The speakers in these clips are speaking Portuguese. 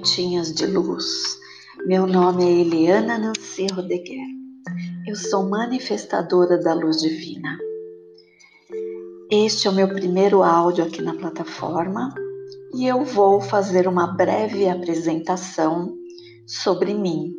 sementinhas de luz. Meu nome é Eliana Nancy Rodeguer. Eu sou manifestadora da luz divina. Este é o meu primeiro áudio aqui na plataforma e eu vou fazer uma breve apresentação sobre mim.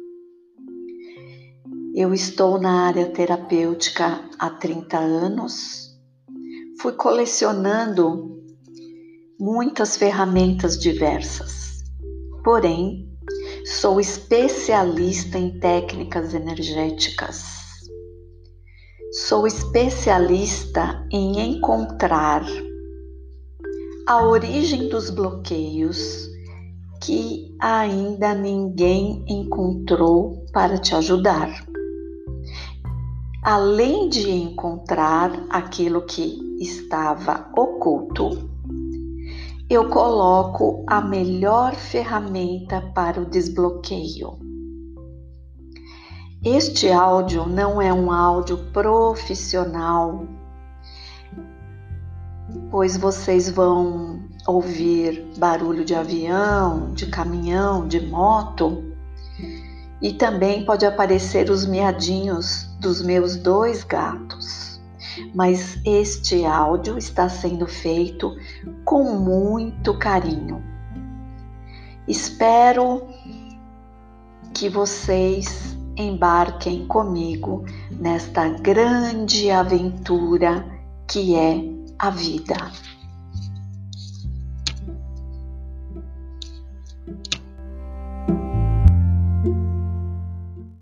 Eu estou na área terapêutica há 30 anos. Fui colecionando muitas ferramentas diversas. Porém, sou especialista em técnicas energéticas. Sou especialista em encontrar a origem dos bloqueios que ainda ninguém encontrou para te ajudar. Além de encontrar aquilo que estava oculto, eu coloco a melhor ferramenta para o desbloqueio. Este áudio não é um áudio profissional, pois vocês vão ouvir barulho de avião, de caminhão, de moto, e também pode aparecer os miadinhos dos meus 2 gatos. Mas este áudio está sendo feito com muito carinho. Espero que vocês embarquem comigo nesta grande aventura que é a vida.